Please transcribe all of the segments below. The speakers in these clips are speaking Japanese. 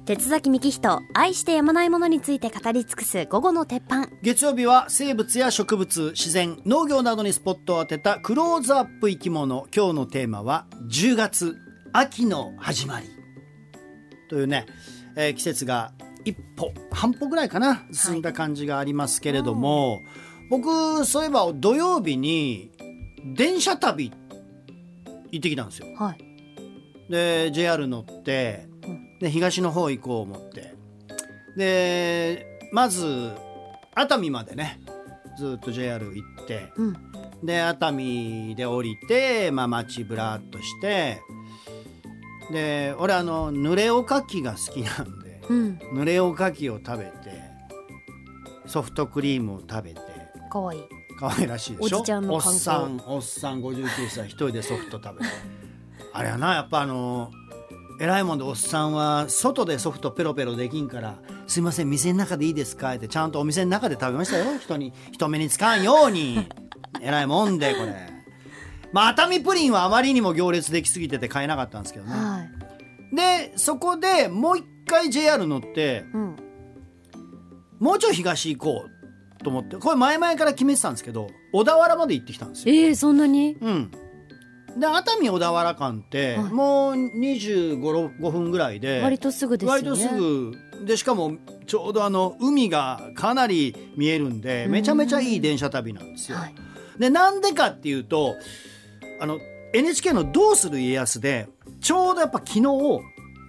鉄崎幹人、愛してやまないものについて語り尽くす午後の鉄板。 月曜日は生物や植物、自然、農業などにスポットを当てたクローズアップ生き物。今日のテーマは10月、秋の始まりというね、季節が半歩ぐらいかな進んだ感じがありますけれども、僕そういえば土曜日に電車旅行ってきたんですよ。で JR 乗ってで東の方行こう思ってでまず熱海までねずっと JR 行って、で熱海で降りて、街ぶらっとしてで俺濡れおかきが好きなんで、濡れおかきを食べてソフトクリームを食べてかわいい可愛らしいでしょ。 おじちゃんのおっさん59歳一人でソフト食べてあれやなやっぱ偉いもんでおっさんは外でソフトペロペロできんからすいません店の中でいいですかってちゃんとお店の中で食べましたよ。人目につかんように偉いもんでこれ熱海プリンはあまりにも行列できすぎてて買えなかったんですけどね、でそこでもう一回 JR 乗って、もうちょい東行こうと思ってこれ前々から決めてたんですけど小田原まで行ってきたんですよ。 そんなに？ で熱海小田原間って、もう25分ぐらいで割とすぐですよね。 割とすぐでしかもちょうど海がかなり見えるんでめちゃめちゃいい電車旅なんですよ、でなんでかっていうとNHK のどうする家康でちょうどやっぱ昨日小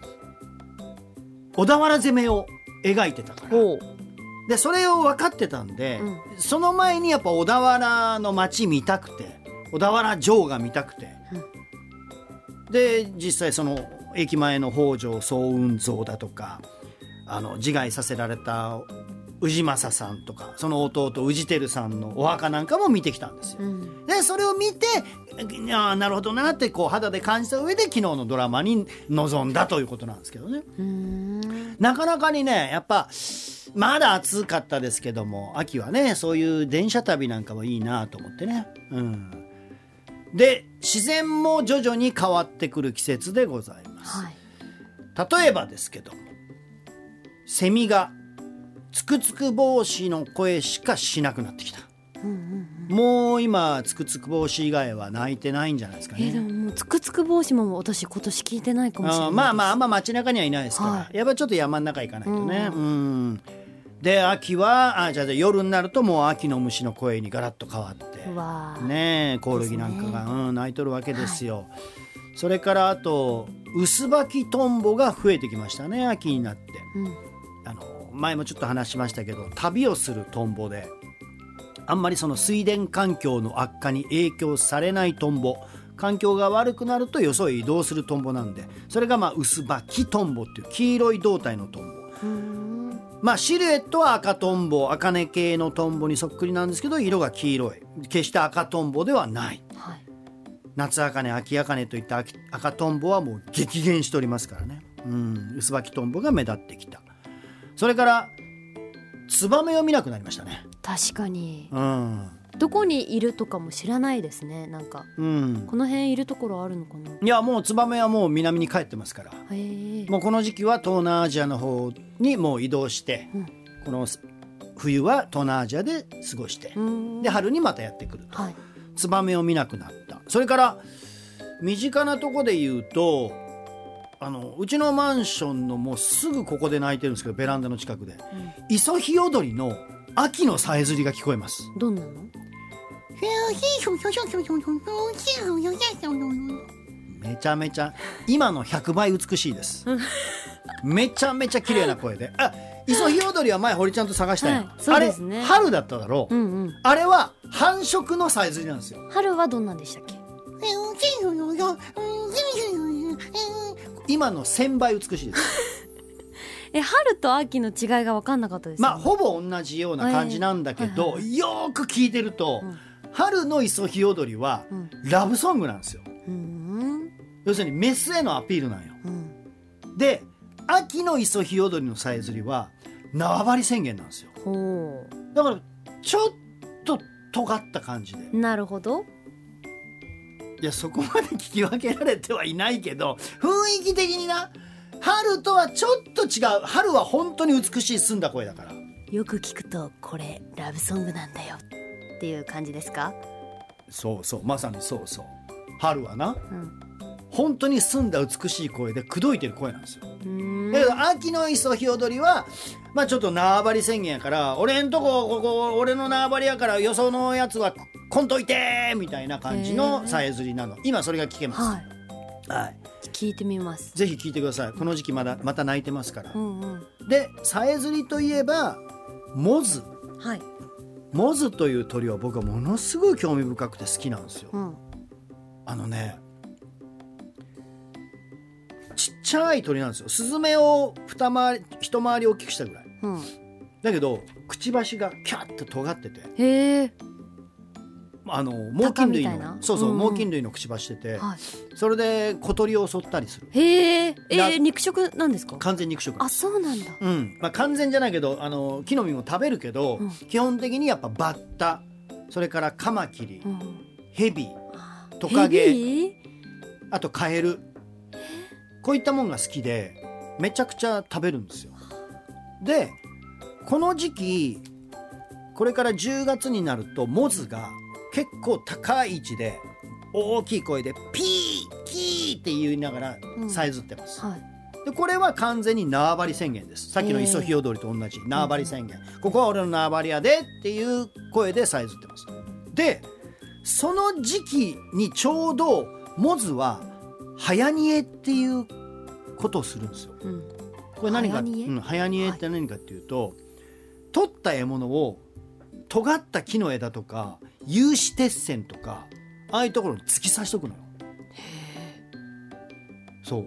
田原攻めを描いてたからでそれを分かってたんで、その前にやっぱ小田原の街見たくて小田原城が見たくて、で実際その駅前の北条早雲像だとか自害させられた氏政さんとかその弟氏輝さんのお墓なんかも見てきたんですよ、でそれを見てなるほどなって肌で感じた上で昨日のドラマに臨んだということなんですけどね。なかなかにねやっぱまだ暑かったですけども秋はねそういう電車旅なんかもいいなと思ってね、で自然も徐々に変わってくる季節でございます、例えばですけどもセミがつくつく帽子の声しかしなくなってきた、もう今つくつく帽子以外は鳴いてないんじゃないですかね。 でももうつくつく帽子も私今年聞いてないかもしれないです。 あんま街中にはいないですから、やっぱちょっと山の中行かないとね、で秋はじゃあ夜になるともう秋の虫の声にガラッと変わってねコオロギなんかが、鳴いとるわけですよ、それからあと薄葉きトンボが増えてきましたね秋になって、前もちょっと話しましたけど旅をするトンボであんまりその水田環境の悪化に影響されないトンボ、環境が悪くなるとよそへ移動するトンボなんでそれが薄葉きトンボっていう黄色い胴体のトンボ、シルエットは赤トンボ茜系のトンボにそっくりなんですけど色が黄色い決して赤トンボではない、夏茜秋茜といった赤トンボはもう激減しておりますからね、薄葉きトンボが目立ってきた。それからツバメを見なくなりましたね。 確かに、どこにいるとかも知らないですね。なんか、この辺いるところあるのかな。 いやもうツバメはもう南に帰ってますから、もうこの時期は東南アジアの方にもう移動して、この冬は東南アジアで過ごしてで春にまたやってくると、ツバメを見なくなった。それから身近なとこで言うとうちのマンションのもうすぐここで鳴いてるんですけどベランダの近くで、イソヒヨドリの秋のさえずりが聞こえます。 どんなの？ めちゃめちゃ今の100倍美しいですめちゃめちゃ綺麗な声でイソヒヨドリは前堀ちゃんと探したよ、 そうですね、 あれ春だっただろう、あれは繁殖のさえずりなんですよ。 春はどんなんでしたっけ？ 今の1000倍美しいです春と秋の違いが分かんなかったです、ね、 ほぼ同じような感じなんだけど、よく聞いてると、春のイソヒヨドリはラブソングなんですよ、要するにメスへのアピールなんよ、で秋のイソヒヨドリのさえずりは縄張り宣言なんですよ。だからちょっと尖った感じで。 なるほど。 いやそこまで聞き分けられてはいないけど雰囲気的にな春とはちょっと違う。春は本当に美しい澄んだ声だから。 よく聞くとこれラブソングなんだよっていう感じですか？ そうそう、まさにそうそう。春はな、本当に澄んだ美しい声で口説いてる声なんですよ。だけど秋の磯日踊りはまあちょっと縄張り宣言やから、俺んとこ俺の縄張りやからよそのやつはこんといてみたいな感じのさえずりなの。今それが聞けます。はい、 聞いてみます。 ぜひ聞いてください。この時期また鳴いてますから。でさえずりといえばモズ。モズという鳥は僕はものすごい興味深くて好きなんですよ。ちっちゃい鳥なんですよ。スズメを一回り大きくしたぐらい、だけどくちばしがキャッと尖ってて、猛禽類の猛禽類のくちばしてて、それで小鳥を襲ったりする。 肉食なんですか？ 完全肉食。 あ、そうなんだ。 完全じゃないけど木の実も食べるけど、基本的にやっぱバッタ、それからカマキリ、ヘビ、トカゲ、あとカエル、こういったもんが好きでめちゃくちゃ食べるんですよ。でこの時期、これから10月になるとモズが結構高い位置で大きい声でピーキーって言いながらさえずってます。でこれは完全に縄張り宣言です。さっきの磯日踊りと同じ縄張り宣言、ここは俺の縄張りやでっていう声でさえずってます。でその時期にちょうどモズは早煮えっていうことをするんですよ。これ何か、早煮えって何かっていうと、取った獲物を尖った木の枝とか有刺鉄線とかああいうところに突き刺しとくのよ。そう。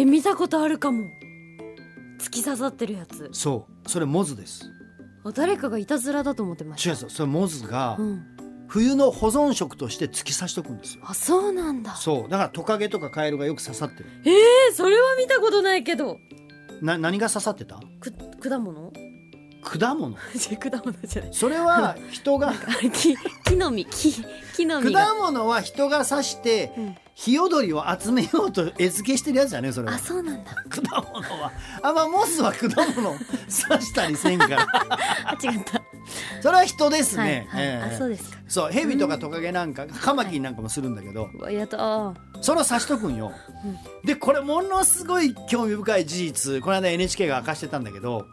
見たことあるかも。突き刺さってるやつ。 そう、それモズです。 誰かがいたずらだと思ってました。 違う、それモズが、冬の保存食として突き刺しとくんですよ。 あ、そうなんだ。 そうだからトカゲとかカエルがよく刺さってる。 それは見たことないけど。 何が刺さってた？ 果物？ 果物果物じゃない。 それは人が木の実果物は人が刺して、ヒヨドリを集めようと餌付けしてるやつだね、それは。 あ、そうなんだ。 果物はモズは果物を刺したりせんからあ、違った。 それは人ですね。 あ、そうですか。 そう、ヘビとかトカゲなんかカマキリなんかもするんだけど、それを刺しとくんよ。でこれものすごい興味深い事実、この間 NHK が明かしてたんだけど、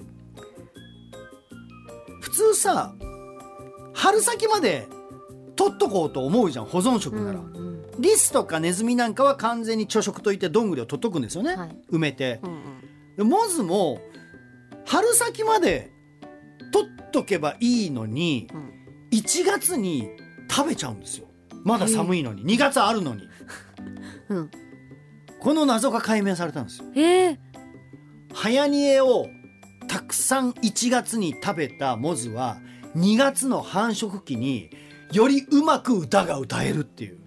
普通さ春先まで取っとこうと思うじゃん、保存食なら。リスとかネズミなんかは完全に貯食といってどんぐりを取っとくんですよね、埋めて。でモズも春先まで取っとけばいいのに、1月に食べちゃうんですよ。まだ寒いのに、2月あるのに、この謎が解明されたんですよ。早煮えをたくさん1月に食べたモズは2月の繁殖期によりうまく歌が歌えるっていう。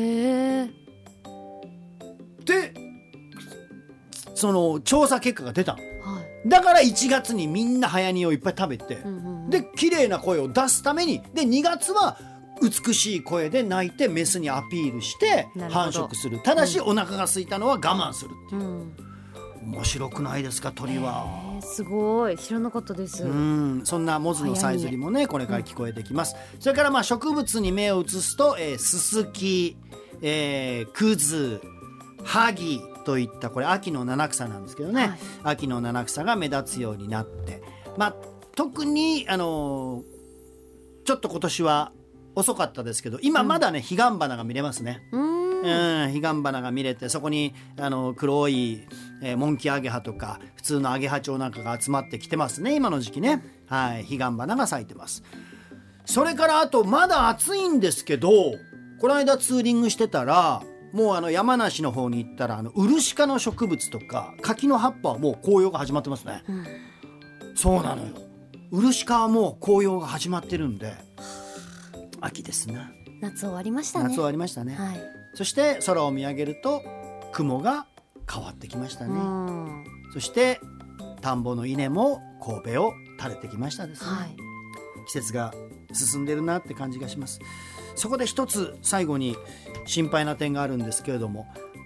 でその調査結果が出た、だから1月にみんな早煮えをいっぱい食べて、で綺麗な声を出すために、で2月は美しい声で鳴いてメスにアピールして繁殖する。ただしお腹が空いたのは我慢するっていう。面白くないですか、鳥は。 すごい、知らなかったです。 そんなモズのさえずりもね、これから聞こえてきます。それから植物に目を移すと、ススキ、クズ、ハギといったこれ秋の七草なんですけどね、秋の七草が目立つようになって、特にちょっと今年は遅かったですけど、今まだね、彼岸花が見れますね。彼岸花が見れて、そこに黒い、モンキアゲハとか普通のアゲハチョウなんかが集まってきてますね、今の時期ね。彼岸花が咲いてます。それからあとまだ暑いんですけど、この間ツーリングしてたら、もう山梨の方に行ったらウルシ科の植物とか柿の葉っぱはもう紅葉が始まってますね。そうなのよ、ウルシ科はもう紅葉が始まってるんで秋ですね。 夏終わりましたね。 夏終わりましたね、そして空を見上げると雲が変わってきましたね。そして田んぼの稲も神戸を垂れてきましたですね、季節が進んでるなって感じがします。そこで一つ最後に心配な点があるんですけれども、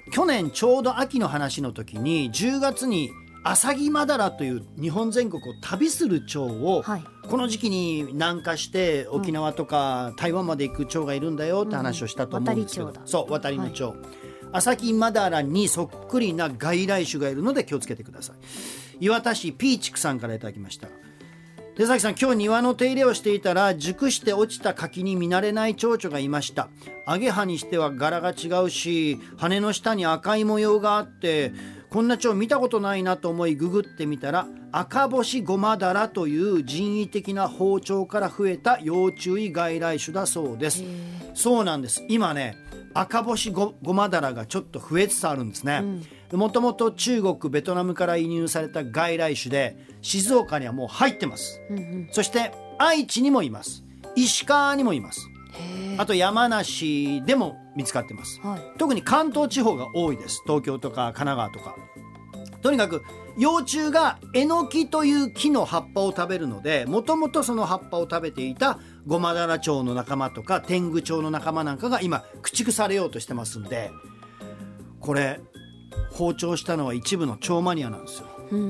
去年ちょうど秋の話の時に10月にアサギマダラという日本全国を旅する蝶を、はい、この時期に南下して沖縄とか台湾まで行く蝶がいるんだよって話をしたと思うんですけど、そう渡りの蝶、はい、アサギマダラにそっくりな外来種がいるので気をつけてください。岩田市ピーチクさんからいただきました。出崎さん、今日庭の手入れをしていたら熟して落ちた柿に見慣れない蝶々がいました。アゲハにしては柄が違うし、羽の下に赤い模様があって、こんな蝶見たことないなと思いググってみたら、赤星ゴマダラという人為的な放鳥から増えた要注意外来種だそうです。そうなんです。今ね、赤星ゴマダラがちょっと増えつつあるんですね。もともと中国ベトナムから輸入された外来種で、静岡にはもう入ってます、そして愛知にもいます、石川にもいます、あと山梨でも見つかってます、はい、特に関東地方が多いです。東京とか神奈川とか。とにかく幼虫がエノキという木の葉っぱを食べるので、もともとその葉っぱを食べていたゴマダラ蝶の仲間とか天狗蝶の仲間なんかが今駆逐されようとしてますんで、これ放鳥したのは一部の蝶マニアなんですよ。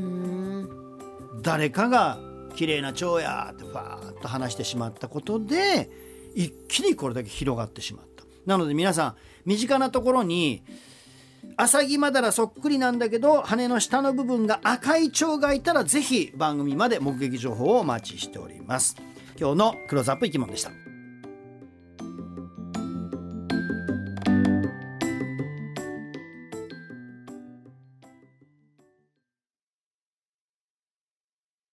誰かが綺麗な蝶やってファーッと話してしまったことで一気にこれだけ広がってしまった。なので皆さん、身近なところにアサギマダラそっくりなんだけど羽の下の部分が赤い蝶がいたら、ぜひ番組まで目撃情報をお待ちしております。今日のクローズアップ生き物でした。